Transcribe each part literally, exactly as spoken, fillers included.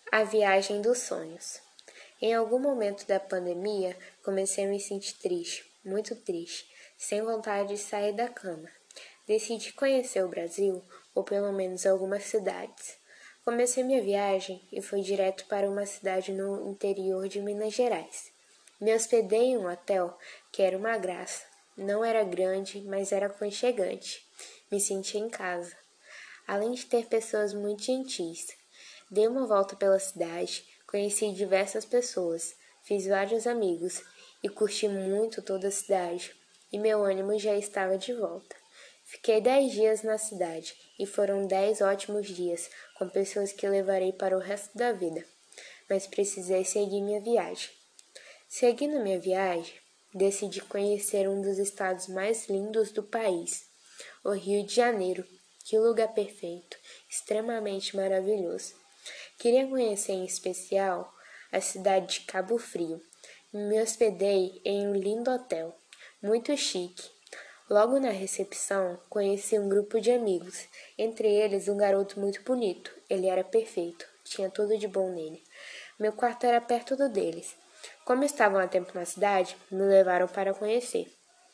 A viagem dos sonhos. Em algum momento da pandemia, comecei a me sentir triste, muito triste, sem vontade de sair da cama. Decidi conhecer o Brasil, ou pelo menos algumas cidades. Comecei minha viagem e fui direto para uma cidade no interior de Minas Gerais. Me hospedei em um hotel que era uma graça. Não era grande, mas era aconchegante. Me senti em casa. Além de ter pessoas muito gentis. Dei uma volta pela cidade, conheci diversas pessoas, fiz vários amigos e curti muito toda a cidade, e meu ânimo já estava de volta. Fiquei dez dias na cidade e foram dez ótimos dias com pessoas que levarei para o resto da vida, mas precisei seguir minha viagem. Seguindo minha viagem, decidi conhecer um dos estados mais lindos do país, o Rio de Janeiro. Que lugar perfeito, extremamente maravilhoso. Queria conhecer em especial a cidade de Cabo Frio. Me hospedei em um lindo hotel, muito chique. Logo na recepção, conheci um grupo de amigos, entre eles um garoto muito bonito. Ele era perfeito, tinha tudo de bom nele. Meu quarto era perto do deles. Como estavam há tempo na cidade, me levaram para conhecer.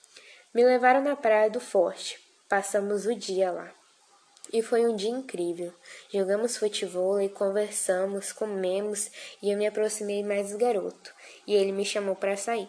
Me levaram na Praia do Forte. Passamos o dia lá. E foi um dia incrível. Jogamos futevôlei, conversamos, comemos e eu me aproximei mais do garoto. E ele me chamou para sair.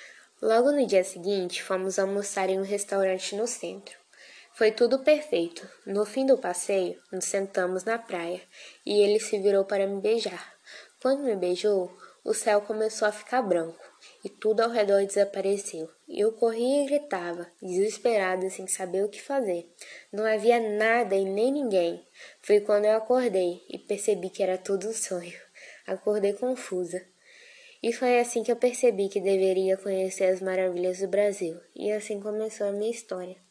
Logo no dia seguinte, fomos almoçar em um restaurante no centro. Foi tudo perfeito. No fim do passeio, nos sentamos na praia e ele se virou para me beijar. Quando me beijou, o céu começou a ficar branco e tudo ao redor desapareceu. Eu corria e gritava, desesperada, sem saber o que fazer. Não havia nada e nem ninguém. Foi quando eu acordei e percebi que era tudo um sonho. Acordei confusa. E foi assim que eu percebi que deveria conhecer as maravilhas do Brasil. E assim começou a minha história.